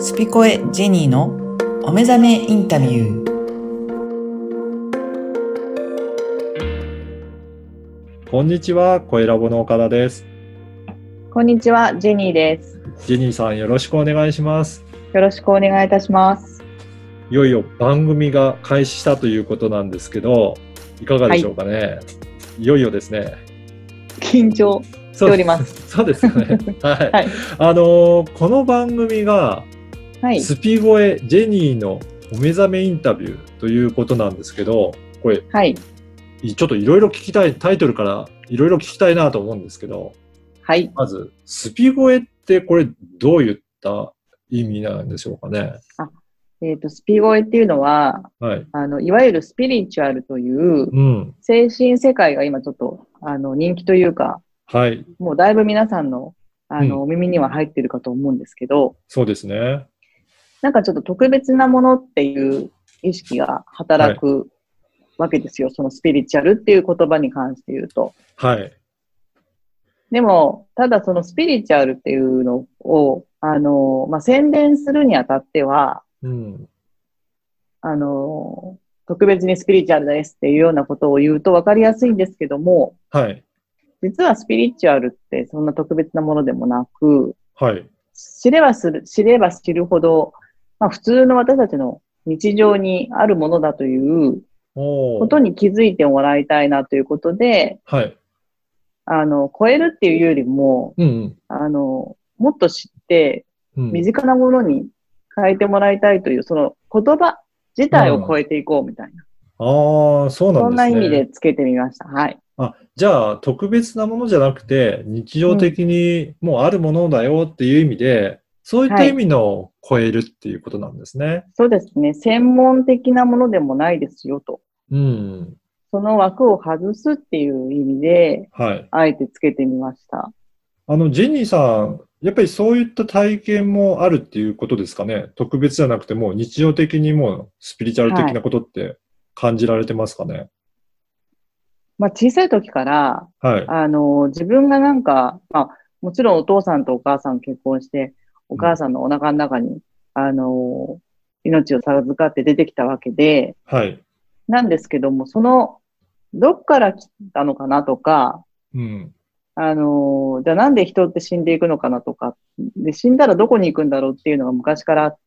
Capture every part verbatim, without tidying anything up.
スピコエジェニーのお目覚めインタビュー。 こんにちは、声ラボの岡田です。 こんにちは、ジェニーです。 ジェニーさん、よろしくお願いします。 よろしくお願いいたします。 いよいよ番組が開始したということなんですけど、いかがでしょうかね。はい、いよいよですね。 緊張しております。 そうですよね。はい。はい、あのー、この番組が、はい、スピ声ジェニーのお目覚めインタビューということなんですけど、これ、はい、ちょっといろいろ聞きたい、タイトルからいろいろ聞きたいなと思うんですけど、はい。まず、スピ声ってこれどういった意味なんでしょうかね。 あえーと、スピ声っていうのは、はい、あのいわゆるスピリチュアルという精神世界が今ちょっとあの人気というか、はい、もうだいぶ皆さんのあの、うん、お耳には入ってるかと思うんですけど、 そうですね。 なんかちょっと特別なものっていう意識が働くわけですよ。はい、そのスピリチュアルっていう言葉に関して言うと。はい。でも、ただそのスピリチュアルっていうのを、あの、まあ、宣伝するにあたっては、うん、あの、特別にスピリチュアルですっていうようなことを言うと分かりやすいんですけども、はい。実はスピリチュアルってそんな特別なものでもなく、はい。知ればする、知れば知るほど、まあ、普通の私たちの日常にあるものだということに気づいてもらいたいなということで、はい。あの、超えるっていうよりも、うんうん、あの、もっと知って、身近なものに変えてもらいたいという、その言葉自体を超えていこうみたいな。 うん、ああ、そうなんですね。 そんな意味でつけてみました。はい。 あ、じゃあ、特別なものじゃなくて、日常的にもうあるものだよっていう意味で、うん、そういった意味の超えるっていうことなんですね。はい、 そうですね。専門的なものでもないですよと。うん。その枠を外すっていう意味で、はい、あえてつけてみました。 あの、ジェニーさん、やっぱりそういった体験もあるっていうことですかね。特別じゃなくても日常的にもスピリチュアル的なことって感じられてますかね。はい、 まあ、小さい時から、はい、あの、自分がなんか、まあ、もちろんお父さんとお母さん結婚して、お母さんのお腹の中に、うん、あの、命を授かって出てきたわけで、はい。なんですけども、その、どっから来たのかなとか、うん。あの、じゃあなんで人って死んでいくのかなとか、で、死んだらどこに行くんだろうっていうのが昔からあって、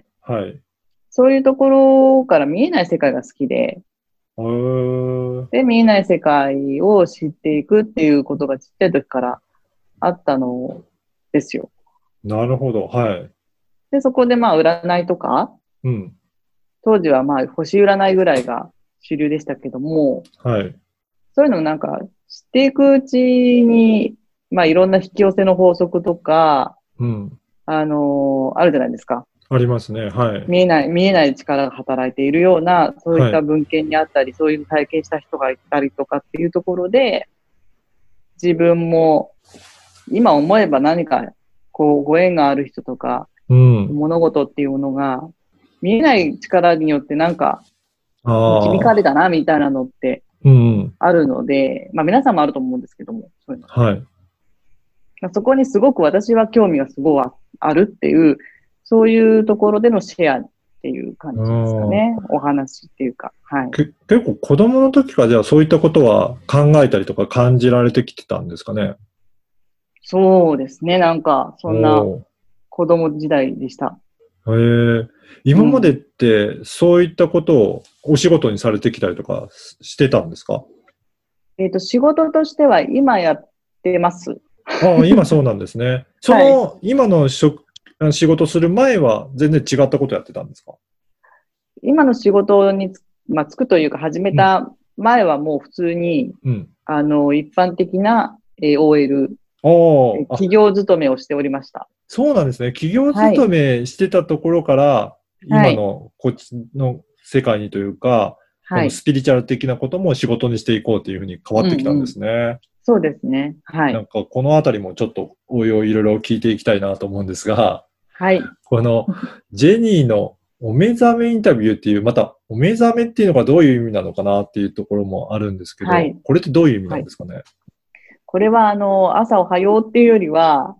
はい。そういうところから見えない世界が好きで、で、見えない世界を知っていくっていうことがちっちゃい時からあったのですよ。 なるほど。はい。 で、そこでまあ占いとか、うん。当時はまあ星占いぐらいが主流でしたけども、はい。そういうのなんか知っていくうちに、まあいろんな引き寄せの法則とか、うん。あのー、あるじゃないですか。 ありますね。はい。 見えない、見えない力が働いているような、そういった文献にあったり、はい、そういう体験した人がいたりとかっていうところで、自分も、今思えば何か、こう、ご縁がある人とか、うん、物事っていうものが、見えない力によってなんか、導かれたな、みたいなのって、あるので、うん、まあ皆さんもあると思うんですけども、そういうの。はい。そこにすごく私は興味がすごいあるっていう、そういうところでのシェアっていう感じですかね。お話っていうか。はい。 結構子供の時からじゃあそういったことは考えたりとか感じられてきてたんですかね。 そうですね。なんか、そんな子供時代でした。 へえ。今までってそういったことをお仕事にされてきたりとかしてたんですか？ えっと、仕事としては今やってます。 ああ、今そうなんですね。その、はい、今の職仕事する前は全然違ったことやってたんですか？ 今の仕事につ、まあ、つくというか始めた前はもう普通に、うん、あの、一般的な、えー、オーエル、企業勤めをしておりました。 そうなんですね。企業勤めしてたところから、はい、今のこっちの世界にというか、はい、このスピリチュアル的なことも仕事にしていこうというふうに変わってきたんですね。うんうん、 そうですね。はい。 なんかこのあたりもちょっと応用いろいろ聞いていきたいなと思うんですが、はい。このジェニーのお目覚めインタビューっていう、またお目覚めっていうのがどういう意味なのかなっていうところもあるんですけど、はい、これってどういう意味なんですかね。はい、 これはあの、朝おはようっていうよりは、はい。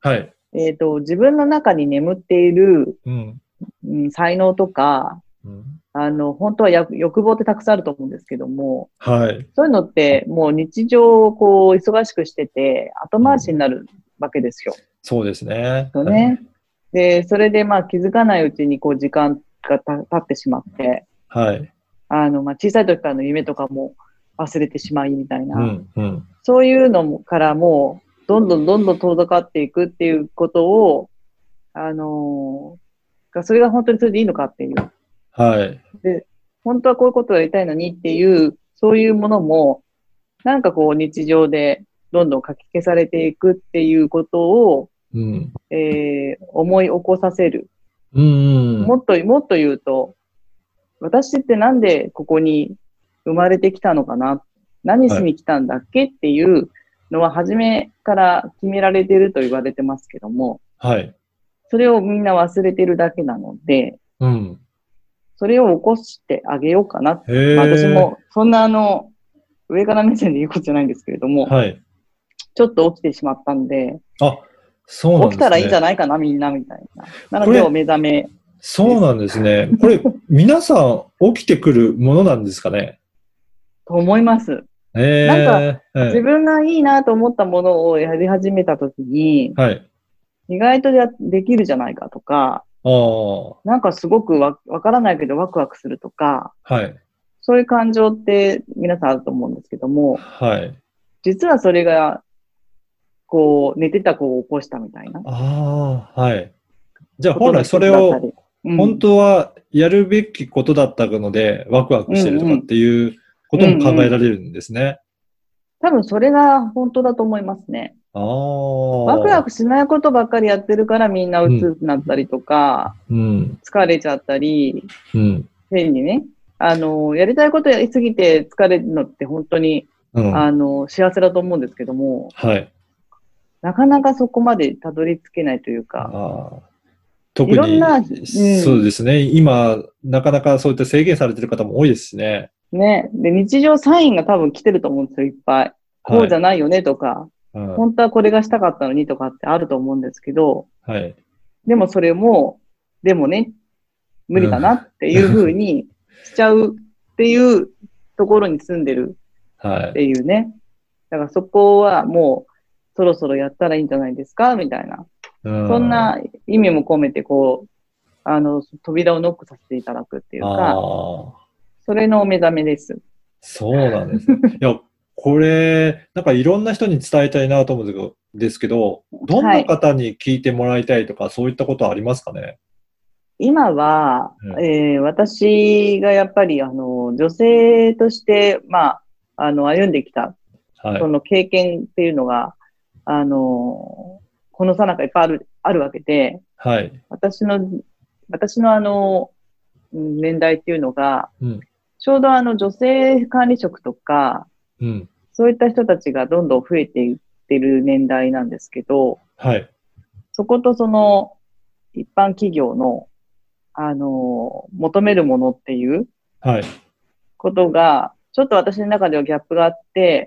えっと、自分の中に眠っている、うんうん、才能とか、うん、あの、本当はや欲望ってたくさんあると思うんですけども、 はい。 そういうのってもう日常をこう忙しくしてて後回しになるわけですよ。うん、 そうですね。 そうね。はい、で、それでまあ気づかないうちにこう時間が経ってしまって、 はい。 あの、まあ小さい時からの夢とかも忘れてしまいみたいな、 うんうん、 そういうのからもどんどんどんどん遠ざかっていくっていうことを、あのー、それが本当にそれでいいのかっていう。 はい。 で、本当はこういうことをやりたいのにっていう、そういうものも、なんかこう日常でどんどん書き消されていくっていうことを、うん、えー、思い起こさせる。うんうん、もっと、もっと言うと、私ってなんでここに生まれてきたのかな、何しに来たんだっけっていうのは初めから決められていると言われてますけども、 はい。 それをみんな忘れてるだけなので、うん、それを起こしてあげようかな。まあ、私もそんなあの、上から目線で言うことじゃないんですけれども、はい、ちょっと起きてしまったんで、 あ、そうなんですね。 起きたらいいんじゃないかな、みんな、みたいな。なので、お目覚め。 そうなんですね。これ、皆さん起きてくるものなんですかね。 と思います。えー、なんか、はい、自分がいいなと思ったものをやり始めたときに、はい、意外とできるじゃないかとか、あなんかすごくわ、わからないけどワクワクするとか、はい、そういう感情って皆さんあると思うんですけども、はい、実はそれが、こう、寝てた子を起こしたみたいな。 ああ、はい。じゃあ本来それを、本当はやるべきことだったので、ワクワクしてるとかっていうことも考えられるんですね。うんうん、 多分それが本当だと思いますね。あワクワクしないことばっかりやってるからみんな鬱になったりとか、うん、疲れちゃったり、うん、変にね、あの、やりたいことやりすぎて疲れるのって本当に、うん、あの、幸せだと思うんですけども、はい。なかなかそこまでたどり着けないというか、 あ特にいろんな、うん、そうですね。今、なかなかそういった制限されてる方も多いですしね。 ね。で、日常サインが多分来てると思うんですよ、いっぱい。こうじゃないよねとか、はい、本当はこれがしたかったのにとかってあると思うんですけど、はい。でもそれも、でもね、無理だなっていうふうにしちゃうっていうところに住んでるっていうね。はい、だからそこはもう、そろそろやったらいいんじゃないですかみたいな。そんな意味も込めて、こう、あの、扉をノックさせていただくっていうか、それのお目覚めです。 そうなんですね。いや、これ、なんかいろんな人に伝えたいなと思うんですけど、どんな方に聞いてもらいたいとか、はい、そういったことはありますかね？ 今は、うん、えー、私がやっぱり、あの、女性として、まあ、あの、歩んできた、はい、その経験っていうのが、あの、このさなかいっぱいある、あるわけで、はい。私の、私のあの、年代っていうのが、うん、ちょうどあの女性管理職とか、うん、そういった人たちがどんどん増えていってる年代なんですけど、はい。そことその一般企業の、あの、求めるものっていう、はい。ことが、ちょっと私の中ではギャップがあって、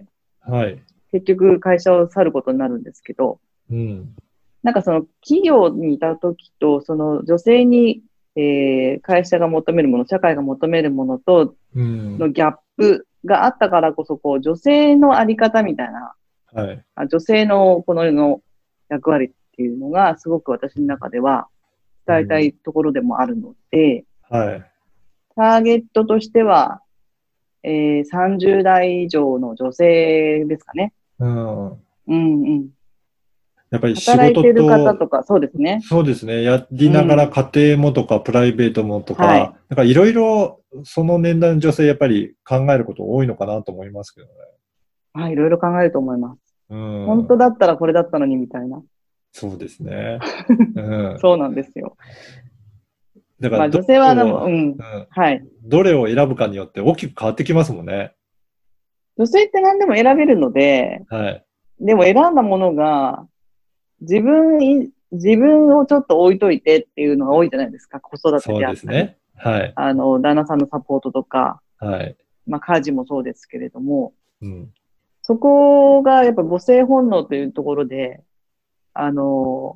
はい。結局会社を去ることになるんですけど、うん。なんかその企業にいた時と、その女性に、えー、会社が求めるもの、社会が求めるものとのギャップがあったからこそ、こう女性のあり方みたいな、はい、女性のこの世の役割っていうのがすごく私の中では伝えたいところでもあるので、うんはい、ターゲットとしては、えー、さんじゅう代以上の女性ですかね。うん、うんうんやっぱり仕事と、働いてる方とか、そうですね。 そうですね。やりながら家庭もとか、うん、プライベートもとか、はい、なんかいろいろその年代の女性やっぱり考えること多いのかなと思いますけどね。 はい、いろいろ考えると思います。うん、本当だったらこれだったのにみたいな。 そうですね。うん、 そうなんですよ。 だから、まあ、 女性はでも、うん、うん、 はい。どれを選ぶかによって大きく変わってきますもんね。 女性って何でも選べるので、はい。でも選んだものが、自分、自分をちょっと置いといてっていうのが多いじゃないですか。子育てであったり。そうですね。はい。あの、旦那さんのサポートとか、はい。まあ、家事もそうですけれども、うん。そこがやっぱ母性本能というところで、あの、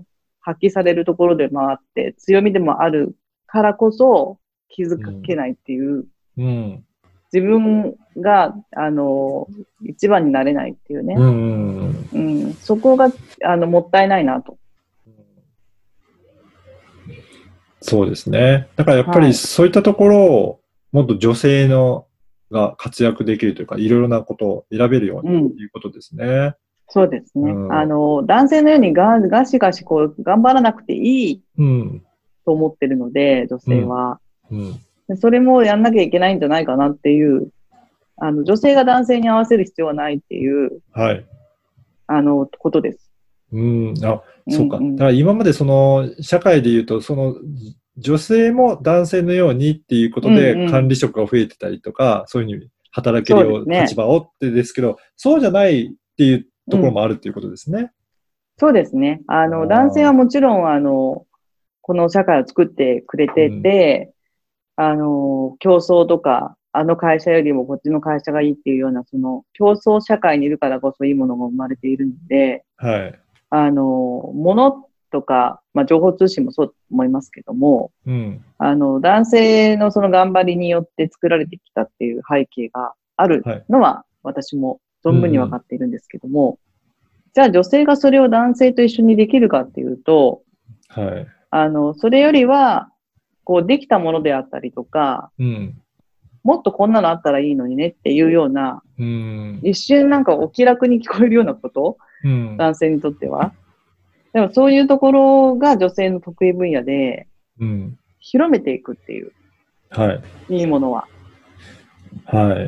発揮されるところでもあって、強みでもあるからこそ気づけないっていう、 うんうん、 自分があの一番になれないっていうね、うんうんうん、そこがあのもったいないなと。 そうですね。だからやっぱりそういったところをもっと女性のが活躍できるというか、いろいろなことを選べるようにということですね。うん、 そうですね。うん、あの、男性のようにガガシガシこう頑張らなくていいと思ってるので、うん、女性は、うんうん。それもやんなきゃいけないんじゃないかなっていう、あの、女性が男性に合わせる必要はないっていう、はい。あの、ことです。 うん、あ、そうか。だから今までその、社会で言うと、その、女性も男性のようにっていうことで管理職が増えてたりとか、うんうん、そういうふうに働けるような立場をってですけど、そうじゃないっていうところもあるっていうことですね。うん、 そうですね。あの、男性はもちろん、あの、この社会を作ってくれてて、うん、あの、競争とか、あの会社よりもこっちの会社がいいっていうような、その競争社会にいるからこそいいものが生まれているので、はい。あの、ものとか、まあ、情報通信もそうと思いますけども、うん、あの、男性のその頑張りによって作られてきたっていう背景があるのは、私も存分に分かっているんですけども、うん、じゃあ女性がそれを男性と一緒にできるかっていうと、はい。あの、それよりは、こう、できたものであったりとか、うん、もっとこんなのあったらいいのにねっていうような、うん、一瞬なんかお気楽に聞こえるようなこと、うん、男性にとっては。でもそういうところが女性の得意分野で、うん、広めていくっていう。はい。いいものは。はい。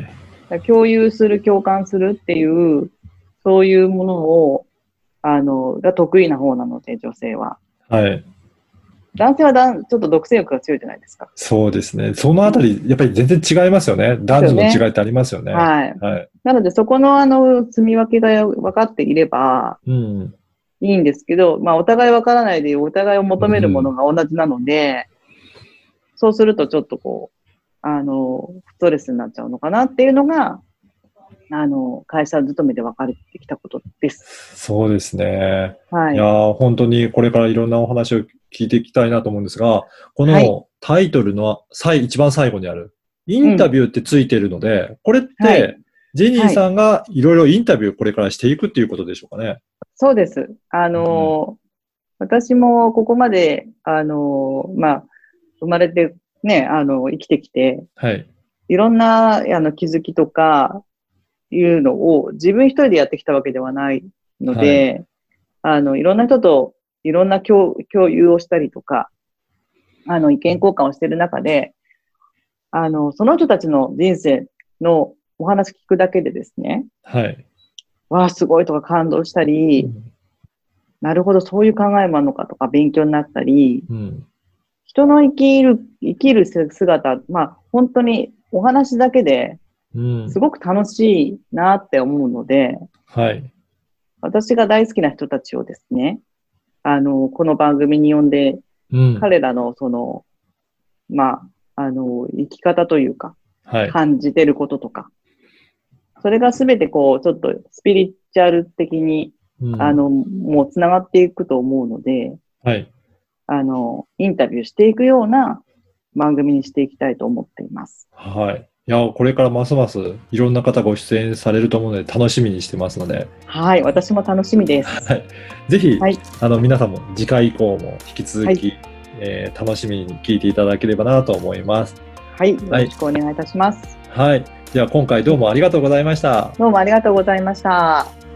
共有する、共感するっていう、そういうものを、あの、が得意な方なので、女性は。はい。男性はだんちょっと独占欲が強いじゃないですか。 そうですね。そのあたり、やっぱり全然違いますよね。男女の違いってありますよね。 はい。はい。なので、そこの、あの、積み分けが分かっていれば、うん。いいんですけど、まあ、お互い分からないで、お互いを求めるものが同じなので、うん、そうするとちょっとこう、あの、ストレスになっちゃうのかなっていうのが、あの、会社勤めで分かれてきたことです。 そうですね。はい。いや、本当にこれからいろんなお話を聞いていきたいなと思うんですが、このタイトルの最、一番最後にある、インタビューってついてるので、うん、これって、はい、ジェニーさんがいろいろインタビューをこれからしていくっていうことでしょうかね。 そうです。あの、うん、私もここまで、あの、まあ、生まれてね、あの、生きてきて、はい。いろんな、あの、気づきとか、いうのを自分一人でやってきたわけではないので、はい、あの、いろんな人といろんな共、共有をしたりとか、あの、意見交換をしている中で、あの、その人たちの人生のお話聞くだけでですね、はい。わあ、すごいとか感動したり、うん、なるほど、そういう考えもあるのかとか勉強になったり、うん、人の生きる、生きる姿、まあ、本当にお話だけで、すごく楽しいなって思うので、うん、はい。私が大好きな人たちをですね、あの、この番組に呼んで、うん、彼らのその、まあ、あの、生き方というか、はい、感じてることとか、それがすべてこう、ちょっとスピリチュアル的に、うん、あの、もう繋がっていくと思うので、はい。あの、インタビューしていくような番組にしていきたいと思っています。 はい。いや、これからますますいろんな方ご出演されると思うので楽しみにしてますので。 はい、私も楽しみです。 はい。ぜひ、はい、あの、皆さんも次回以降も引き続き、はい、えー、楽しみに聞いていただければなと思います。 はい、よろしくお願いいたします。 はい。では今回どうもありがとうございました。 どうもありがとうございました。